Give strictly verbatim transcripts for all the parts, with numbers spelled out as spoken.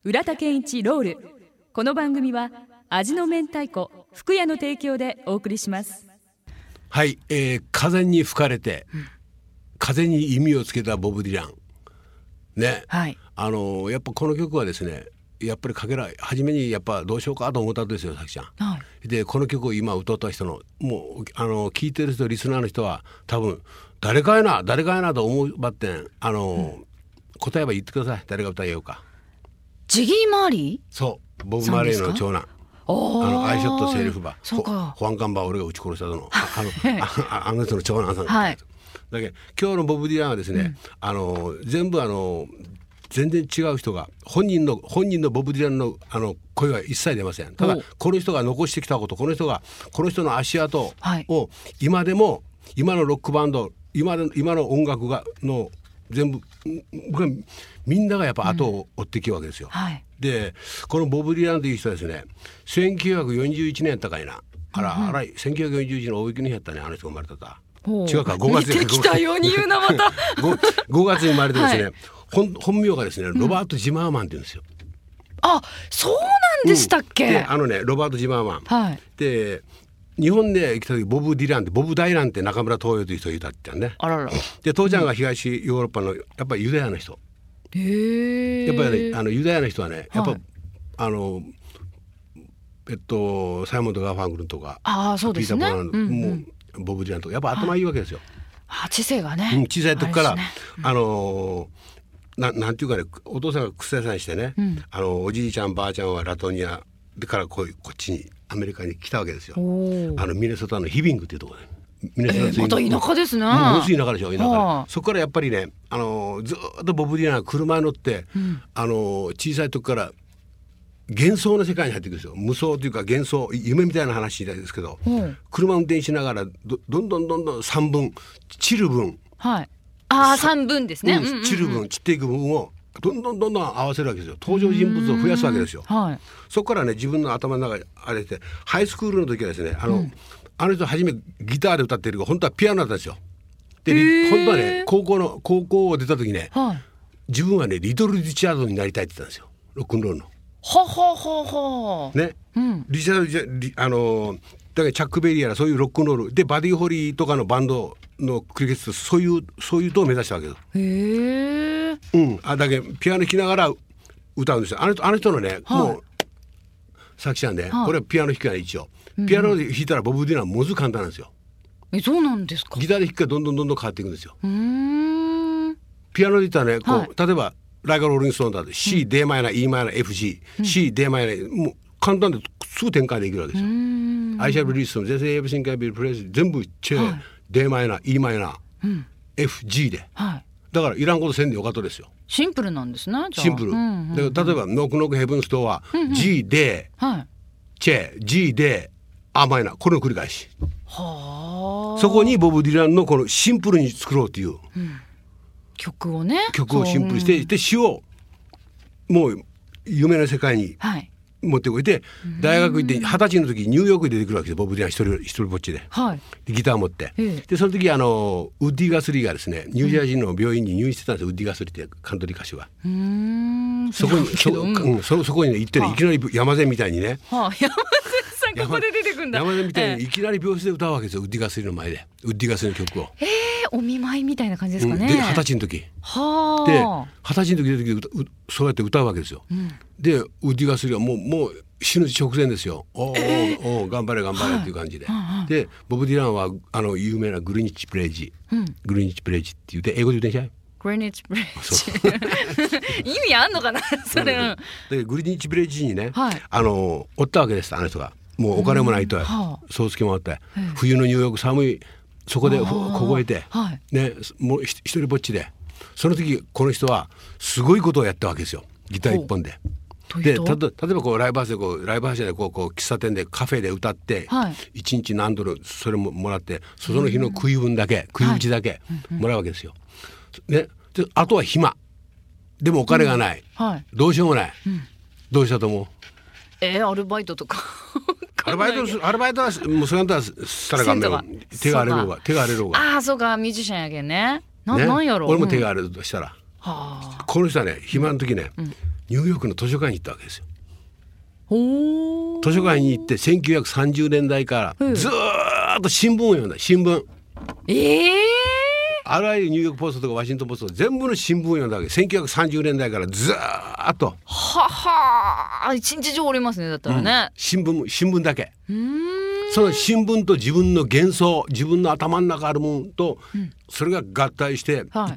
浦田健一ロール。この番組は味の明太子福屋の提供でお送りします。 はい、えー、風に吹かれて、うん、風に弓をつけたボブ・ディランね、はい、あのやっぱこの曲はですね、やっぱりかけら初めにやっぱどうしようかと思ったんですよ、さきちゃん、はい、でこの曲を今歌った人のもうあの聴いてる人リスナーの人は多分誰かやな誰かやなと思うばってん、あの、うん、答えは言ってください。誰が歌えようか。 ジギー・マーリー。 そうボブ・マーレーの長男、あのアイショットセールフバー、保安官バー俺が撃ち殺したのあのああの人の長男さん、はい、だけど今日のボブ・ディランはですね、うん、あの全部あの全然違う人が本人の本人のボブ・ディランのあの声は一切出ません。ただこの人が残してきたこと、この人がこの人の足跡を今でも、今のロックバンド、今の今の音楽がの全部みんながやっぱ後を追ってきるわけですよ、うんはい、でこのボブ・ディランという人はですね、せんきゅうひゃくよんじゅういちねん高いな、あら、うん、あらせんきゅうひゃくよんじゅういちねん大雪の日やったね、あの人が生まれたた。違うか、ごがつに似てきたように言うなまたごがつに生まれてですね、はい、本, 本名がですねロバート・ジマーマンって言うんですよ、うん、 あ、そうなんでしたっけ、 うん、であのねロバート・ジマーマン、はい、で日本で来た時ボブ・ディランってボブ・ダイランって中村東洋という人がいたってね。あらら。で父ちゃんが東ヨーロッパのやっぱりユダヤの人、へー、やっぱり、ね、あのユダヤの人はねやっぱ、はい、あのえっとサイモンとガーファングルとか、あ、そうですね、ピーター・ポーランド、うんうん、もうボブ・ディランとかやっぱ頭いいわけですよ、 はい、あ、知性がね、 うん、小さい時から、ね、うん、あのななんていうかね、お父さんが草屋さんしてね、うん、あのおじいちゃんばあちゃんはラトニアでからこうこっちにアメリカに来たわけですよ。あのミネソタのヒビングっていうところで、ミネソタツイン、えー、また田舎ですね。ものすごい田舎でしょ、田舎で。そこからやっぱりね、あのずっとボブ・ディランが車に乗って、うん、あの小さい時から幻想の世界に入っていくんですよ。無双というか幻想、夢みたいな話ですけど、うん、車運転しながら ど, どんどんどんどんさんぶん散る分、はい、ああさんぶんですね、うん、散る分散っていく分をどんどんどんどん合わせるわけですよ。登場人物を増やすわけですよ、はい、そこからね自分の頭の中であれしてハイスクールの時はですね、あの、うん、あの人初めギターで歌ってるけど本当はピアノだったんですよ。で本当はね高校の高校を出た時ね、はい、自分はねリトル・リチャードになりたいって言ったんですよ、ロックンロールの。ははははね、うん、リチャードあのだからチャック・ベリーやらそういうロックンロールでバディ・ホリーとかのバンドのクリケット、そういうそういうとを目指したわけです。へー、うん、あだけピアノ弾きながら歌うんですよ。あの人、あの人のね、はい、もうさきちゃんね、はい、これはピアノ弾くから一応ピアノで弾いたらボブ・ディランはものすごく簡単なんですよ。え、そうなんですか。ギターで弾くからどんどんどんどん変わっていくんですよ。うーん、ピアノで言ったらねこう、はい、例えばライカ・ローリング・ストーンだって C、うん、D マイナー E マイナー F G、うん、C、D マイナーもう簡単ですぐ展開できるわけですよ。アイシャルリリースの全然 Everything Can Be Replaced 全部チェ、はい、D マイナー E マイナー、うん、F G で、はい、だからいらんことせんでよかったですよ。シンプルなんですね。じゃあシンプル、うんうんうん、だ例えばノックノックヘブンストア、うんうん、G で、はい、チェ G でアマイナー、これの繰り返し。はあ、そこにボブ・ディランのこのシンプルに作ろうという、うん、曲をね曲をシンプルして、うん、で詩をもう夢の世界に持っておいて、はい、大学行って二十歳の時ニューヨークに出てくるわけですよ、ボブ・ディラン一人一人ぼっちで、はい、でギター持って、ええ、でその時あのウッディ・ガスリーがですねニュージャージーの病院に入院してたんですよ、うん、ウッディ・ガスリーってカントリー歌手が。うーん、そこに そ,、うん、そ, そこに、ね、行ってね、はあ、いきなり山善みたいにね、はあ、山善さんここで出てくるんだ。山善みたいにいきなり病室で歌うわけですよ、ウッディ・ガスリーの前でウッディ・ガスリーの曲を。えー、お見舞いみたいな感じですかね、うん、で二十歳の時、はあ、で二十歳の時出てきてそうやって歌うわけですよ、うん、でウッディ・ガスリーはもうもう死ぬ直前ですよ。おー、えー、おー頑張れ頑張れっていう感じで、はい、でボブ・ディランはあの有名なグリニッチ・プレイジ、うん、グリニッチ・プレイジって言って英語で言ってんじゃん。グリニッチ・プレイジ意味あんのかなそれ、うん、でグリニッチ・プレイジにね、はい、あのおったわけです、あの人が。もうお金もないと、うん、葬付きもあって、うん、冬のニューヨーク寒いそこで凍えて、はい、ね、もう一人ぼっちで、その時この人はすごいことをやったわけですよ、ギター一本で。でたと例えばこうライブハウスでこうライブハウスでこうこう喫茶店でカフェで歌って、はい、いちにち何ドルそれももらってその日の食い分だけ、うん、食い口だけもらうわけですよ、はい、ね、であとは暇でもお金がない、うん、はい、どうしようもない、うん、どうしたと思う。えー、アルバイトとかアルバイトアルバイトはもうそれだったらしたらがめよ、手が荒れろうが手が荒れろうが。ああそうか、ミュージシャンやけんね。な、ね、なんやろう。俺も手が荒れるとしたら、うん、はあ、この人はね暇の時ね、うん、 ニューヨークの図書館に行ったわけですよ。 お図書館に行ってせんきゅうひゃくさんじゅうねんだいからずーっと新聞を読んだ。新聞、 ええー、 あらゆるニューヨークポストとかワシントンポスト全部の新聞を読んだわけ。せんきゅうひゃくさんじゅうねんだいからずーっと。 ははー、一日中おりますね、だったらね、 うん、新聞新聞だけ。 うーん、 その新聞と自分の幻想、自分の頭の中あるものと、うん、それが合体して、 はい、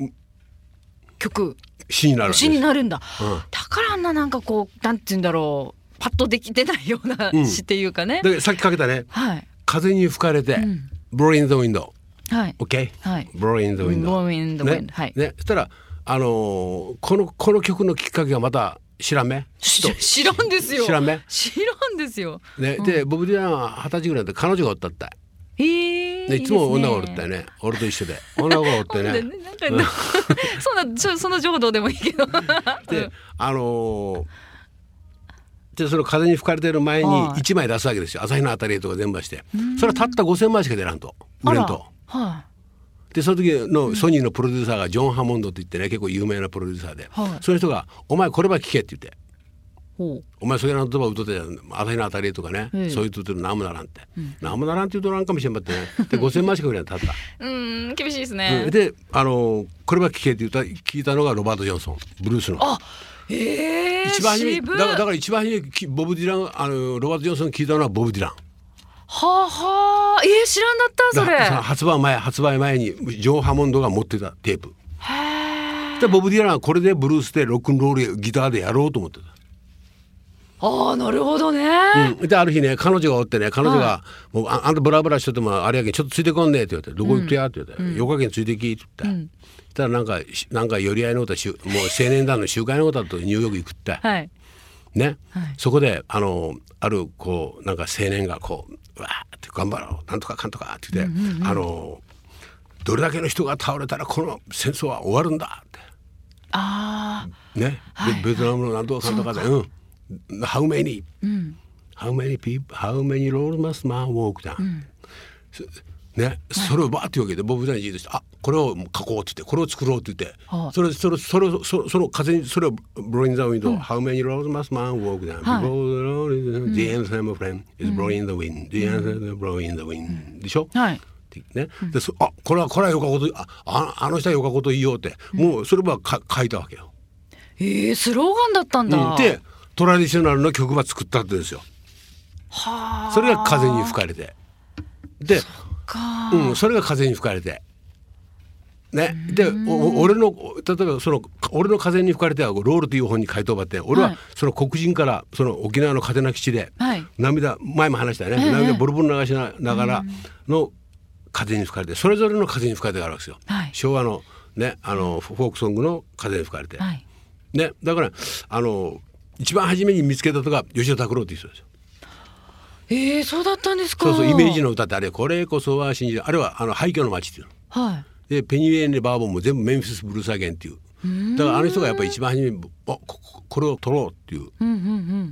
曲詩になる。 詩になるんだ、 うん、 だからあんななんかこうなんて言うんだろう、パッとできてないような詩っていうかね、 うん、でさっきかけたね、はい、風に吹かれて、うん、Blow in the window、はい、OK、はい、Blow in the window、 Blow in the wind、ね、はい、 ね、そしたらあのー、このこの曲のきっかけがまた知らんめ知らんですよ。 知らんめ知らんですよ、 ね、うん、でボブ・ディランは二十歳ぐらいで彼女がおったった。 えー、 でいつも女がおるったよね。俺と一緒で女がおってね。 なんかそんなその情報どうでもいいけどであのー、でその風に吹かれてる前にいちまい出すわけですよ。朝日のあたりとか全部して、それはたったごせんまいしか出らんと売れんと。はい、でその時のソニーのプロデューサーがジョン・ハモンドって言ってね、結構有名なプロデューサーで、はい、その人がお前これば聞けって言って、お前そういうの言葉歌って朝日のあたりとかね、うん、そういうとって何もならんって、うん、何もならんって言うとなんかもしれんばってね。でごせんまいしか売れんたったうーん、厳しいですね、 うん、であのこれば聞けって言った聞いたのがロバート・ジョンソン、ブルースの。 あ、えー、 一番初めだから、だから一番初めボブ・ディラン、あのロバート・ジョンソン聞いたのはボブ・ディラン。 はあはあ、えー、知らんだったそれ。 その発売前発売前にジョン・ハモンドが持ってたテープ。へでボブ・ディランはこれでブルースでロックンロールギターでやろうと思ってた。 ああ、なるほどね、 うん、である日ね、彼女がおってね、彼女が、はい、もう あ, あんたブラブラしとってもあれやけんちょっとついてこんねって言われて、どこ行くとやって言われて、うん、よかけんついてきって言って、うん、そしたらなんかなんか寄り合いの歌、もう青年団の集会の歌とニューヨーク行くって、はい、ね、はい、そこであのあるこうなんか青年がこうわーって頑張ろうなんとかかんとかって言って、うんうんうん、あのどれだけの人が倒れたらこの戦争は終わるんだって、 あね、はい、ベトナムのなんとかかんとかで、うんHow many?、うん、How many people? How many roads must man walk down?、うん、ね、はい、それをバーって言うわけでボブ・ディランに言うとして、あ、これを書こうって言って、これを作ろうって言って、はあ、それそれそれそその風にそれを Blowing the window、うん、How many roads must man walk down?、はい、The answer, my friend, is blowing the wind、うん、The answer is blowing the wind、うん、でしょ、はいね、でそあこれはこれはよかことあああの人はよかこと言いようって、うん、もうそれはか書いたわけよ。 えー、スローガンだったんだ、 うん、でトラディショナルの曲ば作ったってですよ。はあ、それが風に吹かれて、で そ, うん、それが風に吹かれてね、でお俺の例えばその俺の風に吹かれてはロールという本に書いておばって、俺はその黒人からその沖縄の嘉手納基地で涙、はい、前も話したよね、えー、涙ボロボロ流しながらの風に吹かれて、それぞれの風に吹かれてがあるわけですよ、はい、昭和のね、あのフォークソングの風に吹かれて、はい、ね、だからあの一番初めに見つけたのが吉田拓郎っていう人ですよ。 えー、そうだったんですか。 そうそう、イメージの歌って、あれこれこそは信じる、あれはあの廃墟の街っていうの、はい、でペニーウェイン・バーボンも全部メンフィス・ブルース・アゲンっていう、だからあの人がやっぱり一番初めにあ こ, これを取ろうっていう、うんうんうん、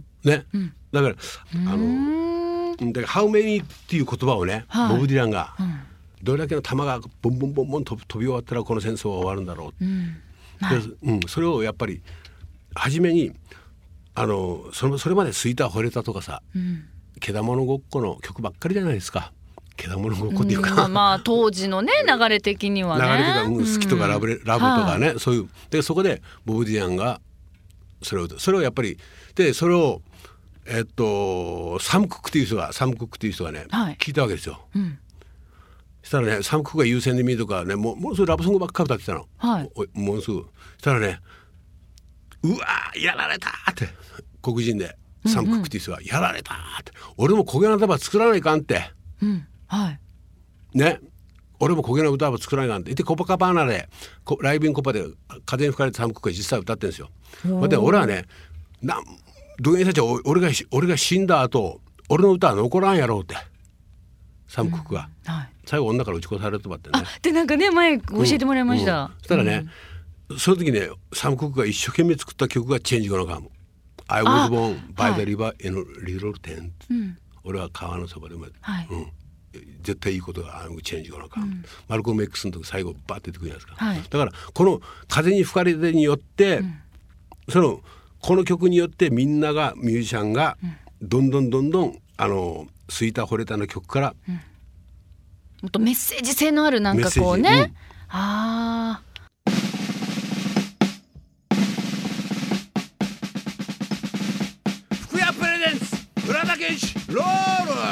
ね、うん、だからあのだからハウメニーっていう言葉をね、はい、ボブ・ディランが、うん、どれだけの弾がボンボンボンボン飛び終わったらこの戦争は終わるんだろう、うんはい、でうん、それをやっぱり初めにあの そ, のそれまでスイーター惚れたとかさ、うん、けだものごっこの曲ばっかりじゃないですか。けだものごっこっていうか、 うん、まあ当時のね流れ的にはね、 流れ的には、うん、好きとかラブ、ラブとかね、はい、そういうでそこでボブ・ディランがそれをそれをやっぱりでそれをえっとサム・クックっていう人がサム・クックっていう人がね、はい、聞いたわけですよ、うん、そしたらねサム・クックが優先で見るとかね、もうものすごいラブソングばっかり歌ってたの、はい、ものすごい。そしたらね、うわーやられたって黒人でサム・クックっていう人がやられたって、うんうん、俺も焦げの束作らないかんって、うんはい、ね、俺も焦げの歌は作らないかんって言ってコパカパーナでライブインコパで風に吹かれてサム・クックが実際歌ってるんですよ。で俺はね、なんどういう人たちは俺が俺が死んだ後俺の歌は残らんやろうってサム・クックが、うんはい、最後女から撃ち殺されるとばってね。 あでなんかね前教えてもらいました、うんうん、 そしたらね、うん、その時ねサム・クックが一生懸命作った曲がチェンジゴナカム I was born by the river in a little tent、うん、俺は川のそばで生まれて、はいうん、絶対いいことがあのチェンジゴナカム、うん、マルコム X の時最後バッて出てくるじゃないですか、はい、だからこの風に吹かれてによって、うん、そのこの曲によってみんながミュージシャンがどんどんどんどんあのスイーター惚れたの曲から、うん、 もっとメッセージ性のあるなんかこうね、うん、あ福谷プレゼンツ浦田健一ロール。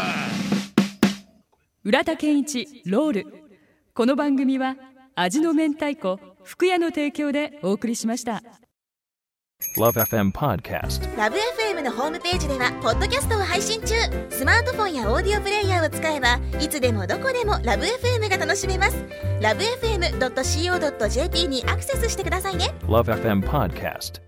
浦田健一ロール。この番組は味の明太子福谷の提供でお送りしました。 ラブ エフエム Podcast。 ラブ エフエム のホームページではポッドキャストを配信中。スマートフォンやオーディオプレイヤーを使えばいつでもどこでもラブ エフエム が楽しめます。ラブ エフエムドットシーオードットジェーピー にアクセスしてくださいね。 ラブ エフエム Podcast。